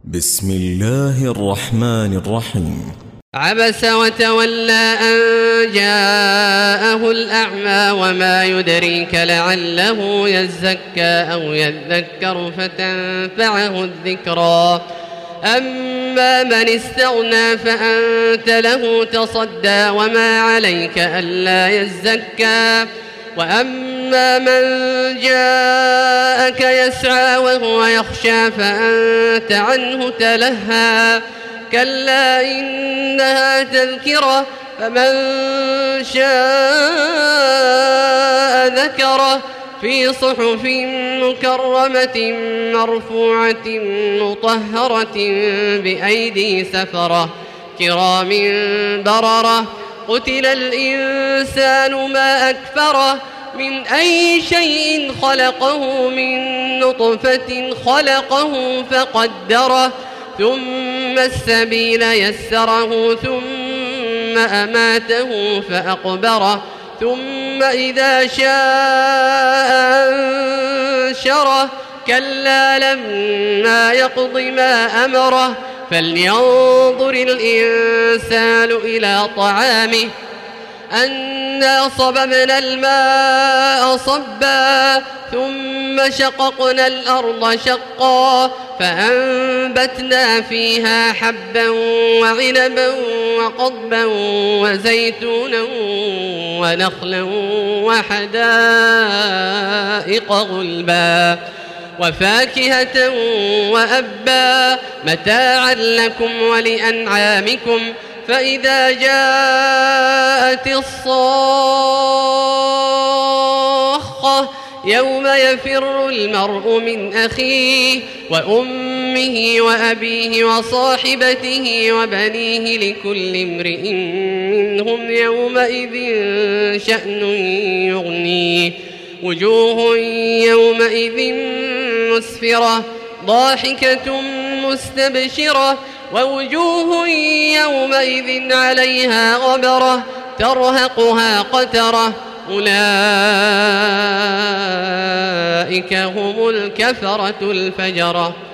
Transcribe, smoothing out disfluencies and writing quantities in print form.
بسم الله الرحمن الرحيم. عبس وتولى أن جاءه الأعمى وما يدريك لعله يزكى أو يذكر فتنفعه الذكرى أما من استغنى فأنت له تصدى وما عليك ألا يزكى وأما من جاءك يسعى وهو يخشى فأنت عنه تلهى كلا إنها تذكرة فمن شاء ذكره في صحف مكرمة مرفوعة مطهرة بأيدي سفرة كرام بررة قتل الإنسان ما أكفره من أي شيء خلقه من نطفة خلقه فقدره ثم السبيل يسره ثم أماته فأقبره ثم إذا شاء أنشره كلا لما يقض ما أمره فلينظر الإنسان إلى طعامه أنا صببنا الماء صبا ثم شققنا الأرض شقا فأنبتنا فيها حبا وعنبا وقضبا وزيتونا ونخلا وحدائق غلبا وفاكهة وأبا متاعا لكم ولأنعامكم فإذا جاءت الصاخة يوم يفر المرء من أخيه وأمه وأبيه وصاحبته وبنيه لكل امرئ منهم يومئذ شأن يغنيه وجوه يومئذ مسفرة ضاحكة مستبشرة ووجوه يومئذ عليها غبرة ترهقها قترة أولئك هم الكفرة الفجرة.